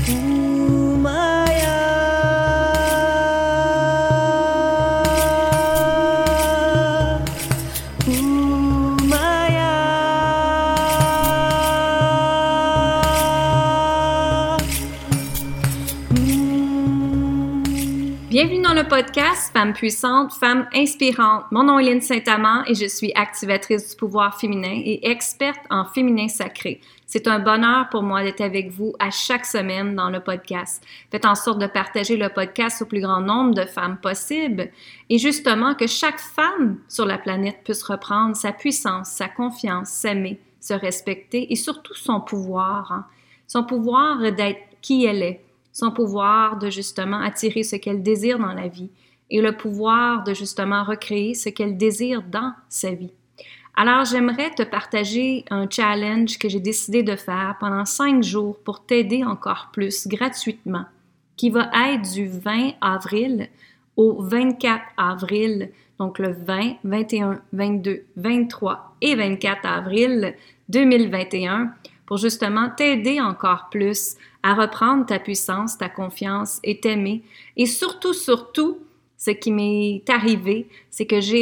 Bienvenue dans le podcast Femmes puissantes, Femmes inspirantes. Mon nom est Lynne Saint-Amand et je suis activatrice du pouvoir féminin et experte en féminin sacré. C'est un bonheur pour moi d'être avec vous à chaque semaine dans le podcast. Faites en sorte de partager le podcast au plus grand nombre de femmes possible et justement que chaque femme sur la planète puisse reprendre sa puissance, sa confiance, s'aimer, se respecter et surtout son pouvoir. Son pouvoir d'être qui elle est. Son pouvoir de justement attirer ce qu'elle désire dans la vie et le pouvoir de justement recréer ce qu'elle désire dans sa vie. Alors, j'aimerais te partager un challenge que j'ai décidé de faire pendant 5 jours pour t'aider encore plus gratuitement, qui va être du 20 avril au 24 avril, donc le 20, 21, 22, 23 et 24 avril 2021, pour justement t'aider encore plus à reprendre ta puissance, ta confiance et t'aimer. Et surtout, ce qui m'est arrivé, c'est que j'ai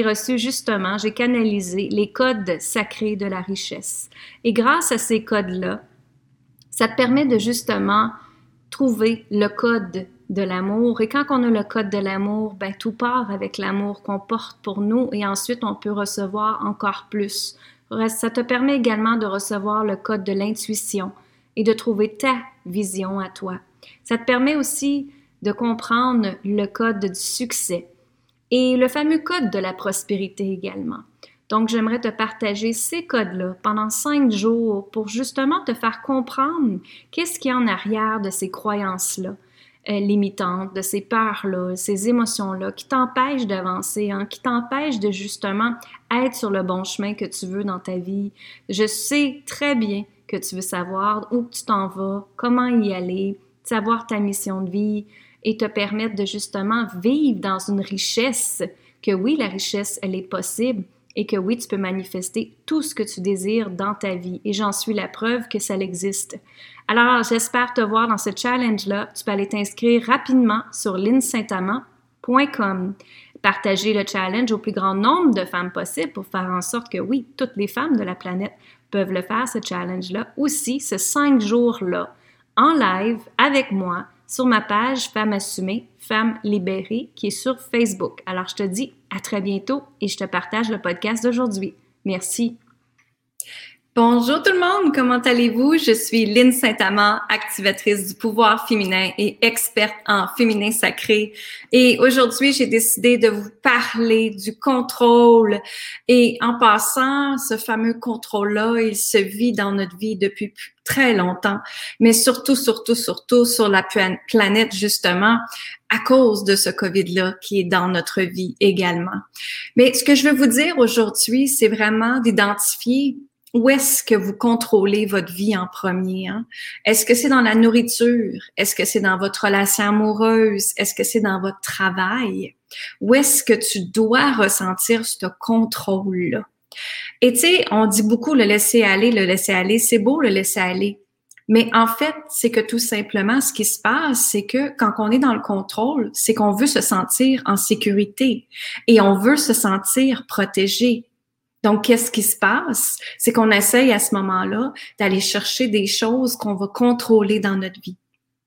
canalisé les codes sacrés de la richesse. Et grâce à ces codes-là, ça te permet de justement trouver le code de l'amour. Et quand on a le code de l'amour, ben tout part avec l'amour qu'on porte pour nous et ensuite on peut recevoir encore plus. Ça te permet également de recevoir le code de l'intuition et de trouver ta vision à toi. Ça te permet aussi de comprendre le code du succès et le fameux code de la prospérité également. Donc, j'aimerais te partager ces codes-là pendant 5 jours pour justement te faire comprendre qu'est-ce qu'il y a en arrière de ces croyances-là limitantes, de ces peurs-là, ces émotions-là qui t'empêchent d'avancer, qui t'empêchent de justement être sur le bon chemin que tu veux dans ta vie. Je sais très bien que tu veux savoir où tu t'en vas, comment y aller, savoir ta mission de vie et te permettre de justement vivre dans une richesse, que oui, la richesse, elle est possible et que oui, tu peux manifester tout ce que tu désires dans ta vie. Et j'en suis la preuve que ça existe. Alors, j'espère te voir dans ce challenge-là. Tu peux aller t'inscrire rapidement sur linsaintamand.com. Partager le challenge au plus grand nombre de femmes possible pour faire en sorte que oui, toutes les femmes de la planète peuvent le faire, ce challenge-là. Aussi, ce 5 jours-là, en live, avec moi, sur ma page Femmes assumées, Femmes libérées, qui est sur Facebook. Alors, je te dis à très bientôt et je te partage le podcast d'aujourd'hui. Merci. Bonjour tout le monde, comment allez-vous? Je suis Lynne Saint-Amand, activatrice du pouvoir féminin et experte en féminin sacré. Et aujourd'hui, j'ai décidé de vous parler du contrôle. Et en passant, ce fameux contrôle-là, il se vit dans notre vie depuis très longtemps, mais surtout sur la planète, justement, à cause de ce COVID-là qui est dans notre vie également. Mais ce que je veux vous dire aujourd'hui, c'est vraiment d'identifier où est-ce que vous contrôlez votre vie en premier? Est-ce que c'est dans la nourriture? Est-ce que c'est dans votre relation amoureuse? Est-ce que c'est dans votre travail? Où est-ce que tu dois ressentir ce contrôle-là? Et tu sais, on dit beaucoup le laisser aller, c'est beau le laisser aller. Mais en fait, c'est que tout simplement, ce qui se passe, c'est que quand on est dans le contrôle, c'est qu'on veut se sentir en sécurité et on veut se sentir protégé. Donc, qu'est-ce qui se passe? C'est qu'on essaye à ce moment-là d'aller chercher des choses qu'on va contrôler dans notre vie.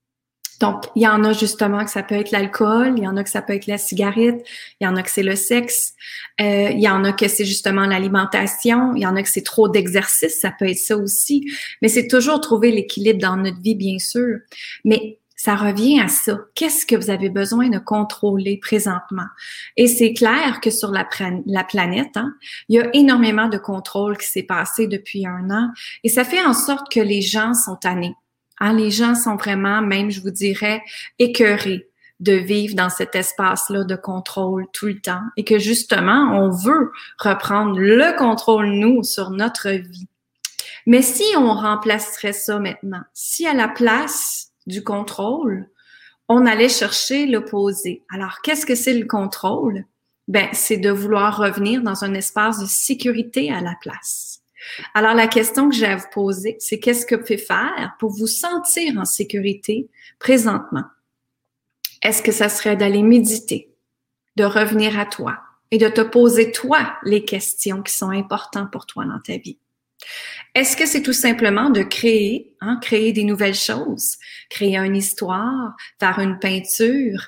Donc, il y en a justement que ça peut être l'alcool, il y en a que ça peut être la cigarette, il y en a que c'est le sexe, il y en a que c'est justement l'alimentation, il y en a que c'est trop d'exercice, ça peut être ça aussi. Mais c'est toujours trouver l'équilibre dans notre vie, bien sûr. Mais ça revient à ça. Qu'est-ce que vous avez besoin de contrôler présentement? Et c'est clair que sur la planète, il y a énormément de contrôle qui s'est passé depuis 1 an et ça fait en sorte que les gens sont tannés. Les gens sont vraiment, même je vous dirais, écœurés de vivre dans cet espace-là de contrôle tout le temps et que justement, on veut reprendre le contrôle, nous, sur notre vie. Mais si on remplacerait ça maintenant, si à la place du contrôle, on allait chercher l'opposé. Alors, qu'est-ce que c'est le contrôle? C'est de vouloir revenir dans un espace de sécurité à la place. Alors, la question que j'ai à vous poser, c'est qu'est-ce que vous pouvez faire pour vous sentir en sécurité présentement? Est-ce que ça serait d'aller méditer, de revenir à toi et de te poser toi les questions qui sont importantes pour toi dans ta vie? Est-ce que c'est tout simplement de créer, créer des nouvelles choses, créer une histoire, faire une peinture,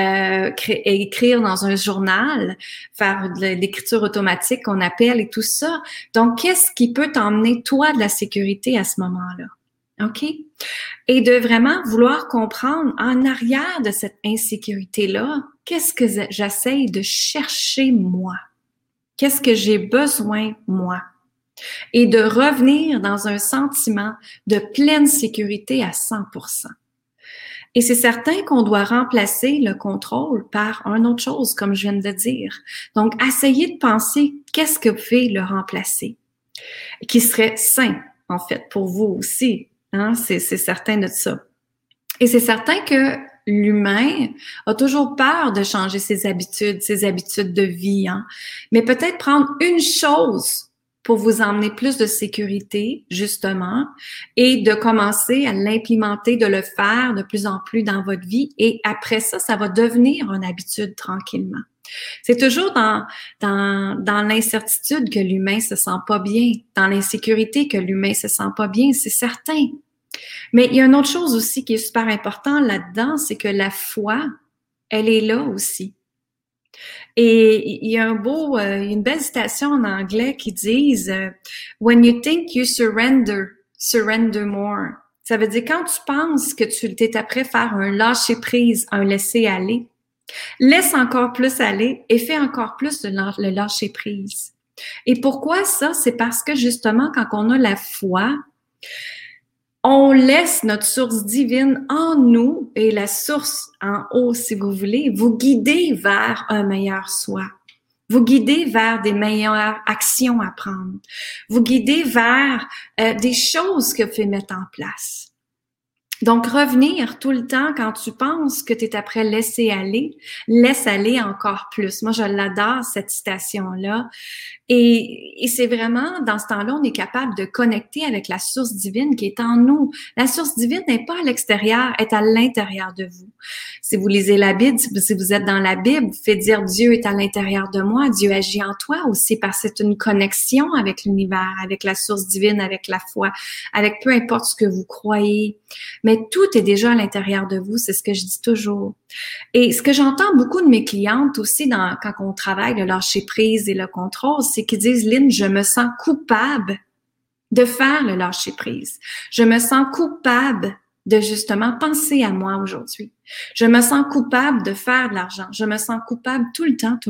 écrire dans un journal, faire de l'écriture automatique qu'on appelle et tout ça. Donc, qu'est-ce qui peut t'emmener, toi, de la sécurité à ce moment-là? OK? Et de vraiment vouloir comprendre en arrière de cette insécurité-là, qu'est-ce que j'essaye de chercher moi? Qu'est-ce que j'ai besoin moi? Et de revenir dans un sentiment de pleine sécurité à 100%. Et c'est certain qu'on doit remplacer le contrôle par une autre chose, comme je viens de dire. Donc, essayez de penser qu'est-ce que vous pouvez le remplacer, qui serait sain, en fait, pour vous aussi. C'est certain de ça. Et c'est certain que l'humain a toujours peur de changer ses habitudes de vie. Mais peut-être prendre une chose pour vous emmener plus de sécurité, justement, et de commencer à l'implémenter, de le faire de plus en plus dans votre vie. Et après ça, ça va devenir une habitude tranquillement. C'est toujours dans l'incertitude que l'humain se sent pas bien, dans l'insécurité que l'humain se sent pas bien, c'est certain. Mais il y a une autre chose aussi qui est super importante là-dedans, c'est que la foi, elle est là aussi. Et il y a une belle citation en anglais qui dit When you think you surrender, surrender more. Ça veut dire quand tu penses que tu t'es après faire un lâcher prise, un laisser aller, laisse encore plus aller et fais encore plus le lâcher prise. Et pourquoi ça? C'est parce que justement, quand on a la foi, on laisse notre source divine en nous et la source en haut, si vous voulez, vous guider vers un meilleur soi. Vous guider vers des meilleures actions à prendre. Vous guider vers des choses que vous pouvez mettre en place. Donc, revenir tout le temps quand tu penses que tu es après laisser aller, laisse aller encore plus. Moi, je l'adore, cette citation-là. Et c'est vraiment, dans ce temps-là, on est capable de connecter avec la source divine qui est en nous. La source divine n'est pas à l'extérieur, elle est à l'intérieur de vous. Si vous lisez la Bible, si vous êtes dans la Bible, vous faites dire Dieu est à l'intérieur de moi, Dieu agit en toi aussi parce que c'est une connexion avec l'univers, avec la source divine, avec la foi, avec peu importe ce que vous croyez. Mais tout est déjà à l'intérieur de vous, c'est ce que je dis toujours. Et ce que j'entends beaucoup de mes clientes aussi quand on travaille le lâcher prise et le contrôle, c'est qu'ils disent, Lynn, je me sens coupable de faire le lâcher prise. Je me sens coupable de justement penser à moi aujourd'hui. Je me sens coupable de faire de l'argent. Je me sens coupable tout le temps.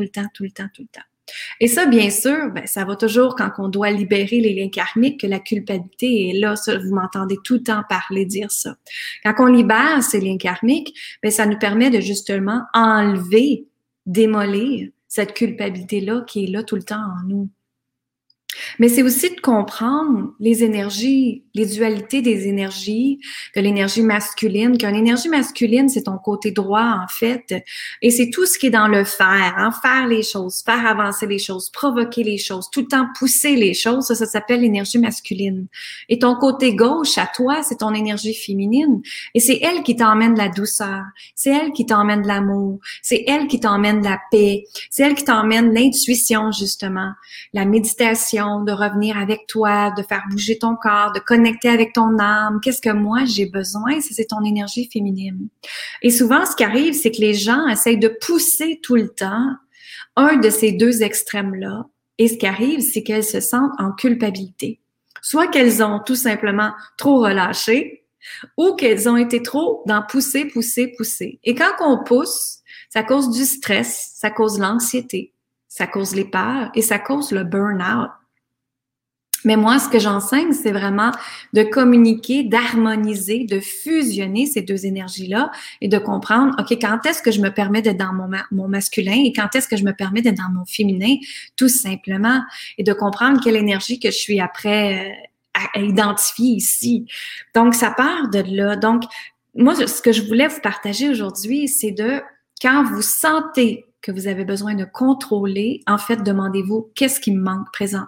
Et ça, bien sûr, ça va toujours quand on doit libérer les liens karmiques, que la culpabilité est là. Ça, vous m'entendez tout le temps parler, dire ça. Quand on libère ces liens karmiques, ça nous permet de justement enlever, démolir cette culpabilité-là qui est là tout le temps en nous. Mais c'est aussi de comprendre les énergies, les dualités des énergies, de l'énergie masculine, qu'une énergie masculine, c'est ton côté droit, en fait, et c'est tout ce qui est dans le faire, faire les choses, faire avancer les choses, provoquer les choses, tout le temps pousser les choses, ça s'appelle l'énergie masculine. Et ton côté gauche, à toi, c'est ton énergie féminine, et c'est elle qui t'emmène de la douceur, c'est elle qui t'emmène de l'amour, c'est elle qui t'emmène de la paix, c'est elle qui t'emmène l'intuition, justement, la méditation, de revenir avec toi, de faire bouger ton corps, de connecter avec ton âme. Qu'est-ce que moi j'ai besoin? C'est ton énergie féminine. Et souvent, ce qui arrive, c'est que les gens essayent de pousser tout le temps un de ces deux extrêmes-là. Et ce qui arrive, c'est qu'elles se sentent en culpabilité. Soit qu'elles ont tout simplement trop relâché, ou qu'elles ont été trop dans pousser. Et quand on pousse, ça cause du stress, ça cause l'anxiété, ça cause les peurs et ça cause le burn-out. Mais moi, ce que j'enseigne, c'est vraiment de communiquer, d'harmoniser, de fusionner ces deux énergies-là et de comprendre, OK, quand est-ce que je me permets d'être dans mon masculin et quand est-ce que je me permets d'être dans mon féminin, tout simplement, et de comprendre quelle énergie que je suis après à identifier ici. Donc, ça part de là. Donc, moi, ce que je voulais vous partager aujourd'hui, c'est quand vous sentez que vous avez besoin de contrôler, en fait, demandez-vous, qu'est-ce qui me manque présentement?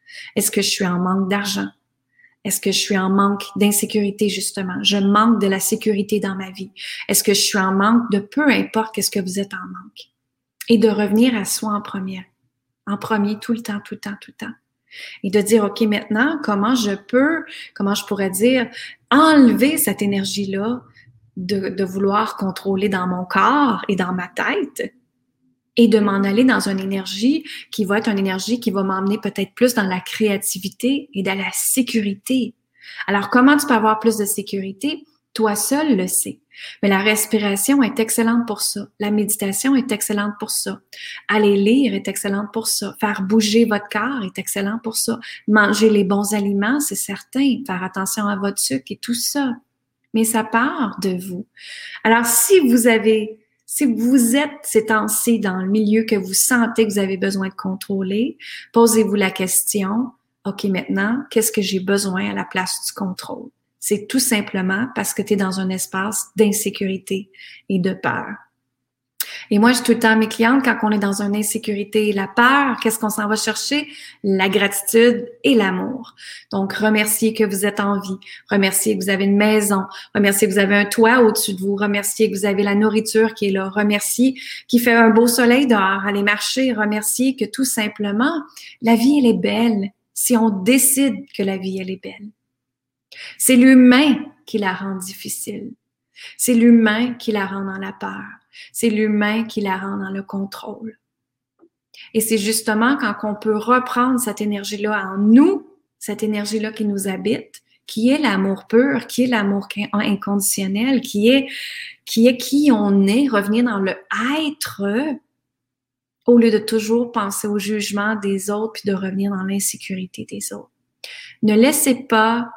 Est-ce que je suis en manque d'argent? Est-ce que je suis en manque d'insécurité, justement? Je manque de la sécurité dans ma vie. Est-ce que je suis en manque de peu importe qu'est-ce que vous êtes en manque? Et de revenir à soi en premier, tout le temps. Et de dire, OK, maintenant, comment je pourrais dire, enlever cette énergie-là de vouloir contrôler dans mon corps et dans ma tête et de m'en aller dans une énergie qui va être une énergie qui va m'emmener peut-être plus dans la créativité et dans la sécurité. Alors, comment tu peux avoir plus de sécurité? Toi seul le sais. Mais la respiration est excellente pour ça. La méditation est excellente pour ça. Aller lire est excellente pour ça. Faire bouger votre corps est excellent pour ça. Manger les bons aliments, c'est certain. Faire attention à votre sucre et tout ça. Mais ça part de vous. Alors, si vous êtes ces temps-ci dans le milieu que vous sentez que vous avez besoin de contrôler, posez-vous la question, OK, maintenant, qu'est-ce que j'ai besoin à la place du contrôle? C'est tout simplement parce que tu es dans un espace d'insécurité et de peur. Et moi, je dis tout le temps à mes clientes, quand on est dans une insécurité et la peur, qu'est-ce qu'on s'en va chercher? La gratitude et l'amour. Donc, remerciez que vous êtes en vie. Remerciez que vous avez une maison. Remerciez que vous avez un toit au-dessus de vous. Remerciez que vous avez la nourriture qui est là. Remerciez qu'il fait un beau soleil dehors. Allez marcher. Remerciez que tout simplement, la vie, elle est belle. Si on décide que la vie, elle est belle. C'est l'humain qui la rend difficile. C'est l'humain qui la rend dans la peur. C'est l'humain qui la rend dans le contrôle. Et c'est justement quand on peut reprendre cette énergie-là en nous, cette énergie-là qui nous habite, qui est l'amour pur, qui est l'amour inconditionnel, qui est qui on est, revenir dans le être, au lieu de toujours penser au jugement des autres puis de revenir dans l'insécurité des autres. Ne laissez pas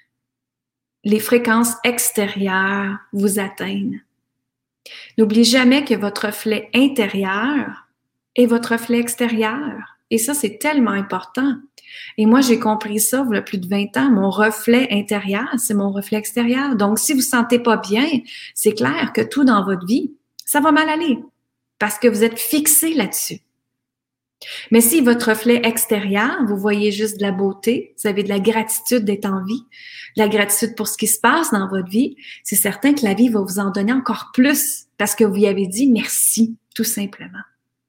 les fréquences extérieures vous atteignent. N'oubliez jamais que votre reflet intérieur est votre reflet extérieur. Et ça, c'est tellement important. Et moi, j'ai compris ça il y a plus de 20 ans. Mon reflet intérieur, c'est mon reflet extérieur. Donc, si vous ne vous sentez pas bien, c'est clair que tout dans votre vie, ça va mal aller parce que vous êtes fixé là-dessus. Mais si votre reflet extérieur, vous voyez juste de la beauté, vous avez de la gratitude d'être en vie, de la gratitude pour ce qui se passe dans votre vie, c'est certain que la vie va vous en donner encore plus parce que vous y avez dit merci, tout simplement.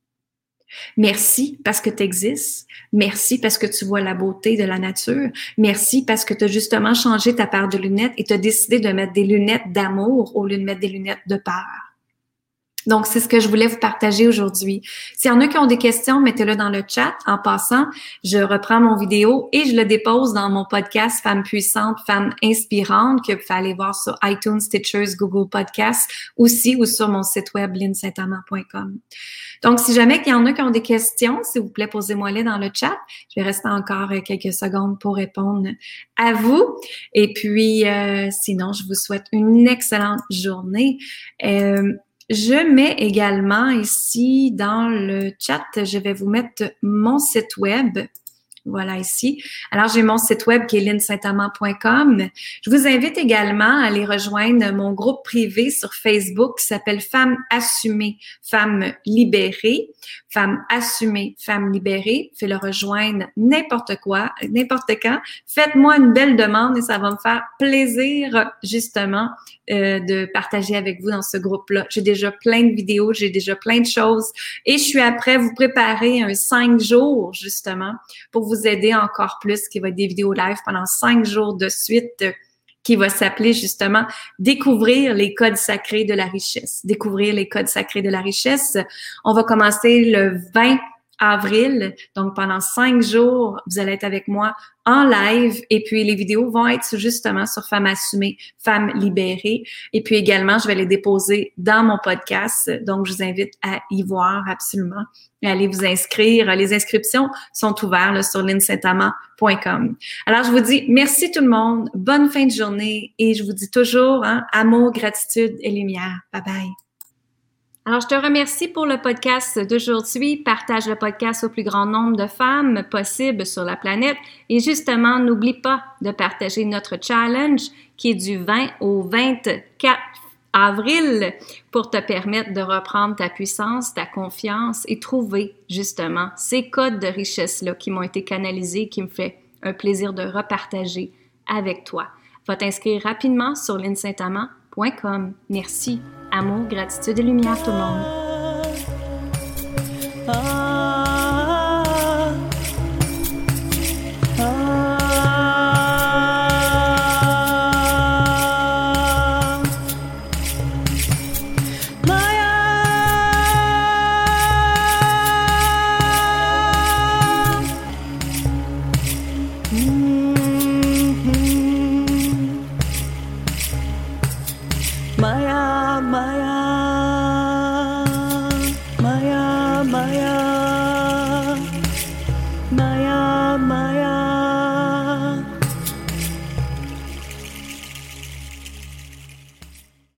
Merci parce que tu existes. Merci parce que tu vois la beauté de la nature. Merci parce que tu as justement changé ta paire de lunettes et tu as décidé de mettre des lunettes d'amour au lieu de mettre des lunettes de peur. Donc, c'est ce que je voulais vous partager aujourd'hui. S'il y en a qui ont des questions, mettez-le dans le chat. En passant, je reprends mon vidéo et je le dépose dans mon podcast Femmes puissantes, Femmes inspirantes que vous pouvez aller voir sur iTunes, Stitchers, Google Podcasts aussi ou sur mon site web linsaintamant.com. Donc, si jamais il y en a qui ont des questions, s'il vous plaît, posez-moi-les dans le chat. Je vais rester encore quelques secondes pour répondre à vous. Et puis, sinon, je vous souhaite une excellente journée. Je mets également ici dans le chat, je vais vous mettre mon site web. Voilà ici. Alors, j'ai mon site web qui est linsaintamant.com. Je vous invite également à aller rejoindre mon groupe privé sur Facebook qui s'appelle Femmes assumées, Femmes libérées. Femmes assumées, Femmes libérées. Faites le rejoindre n'importe quoi, n'importe quand. Faites-moi une belle demande et ça va me faire plaisir, justement, de partager avec vous dans ce groupe-là. J'ai déjà plein de vidéos, j'ai déjà plein de choses et je suis après vous préparer un 5 jours, justement, pour vous aider encore plus, qui va être des vidéos live pendant 5 jours de suite, qui va s'appeler justement « Découvrir les codes sacrés de la richesse ». Découvrir les codes sacrés de la richesse. On va commencer le 20 avril, donc pendant 5 jours, vous allez être avec moi en live et puis les vidéos vont être justement sur Femmes assumées, Femmes libérées et puis également, je vais les déposer dans mon podcast, donc je vous invite à y voir absolument et à aller vous inscrire. Les inscriptions sont ouvertes là, sur linsaintamant.com. Alors, je vous dis merci tout le monde, bonne fin de journée et je vous dis toujours, amour, gratitude et lumière. Bye bye. Alors, je te remercie pour le podcast d'aujourd'hui. Partage le podcast au plus grand nombre de femmes possible sur la planète. Et justement, n'oublie pas de partager notre challenge qui est du 20 au 24 avril pour te permettre de reprendre ta puissance, ta confiance et trouver justement ces codes de richesse-là qui m'ont été canalisés, qui me fait un plaisir de repartager avec toi. Va t'inscrire rapidement sur linsaintamant.com. Merci. Amour, gratitude et lumière tout le monde.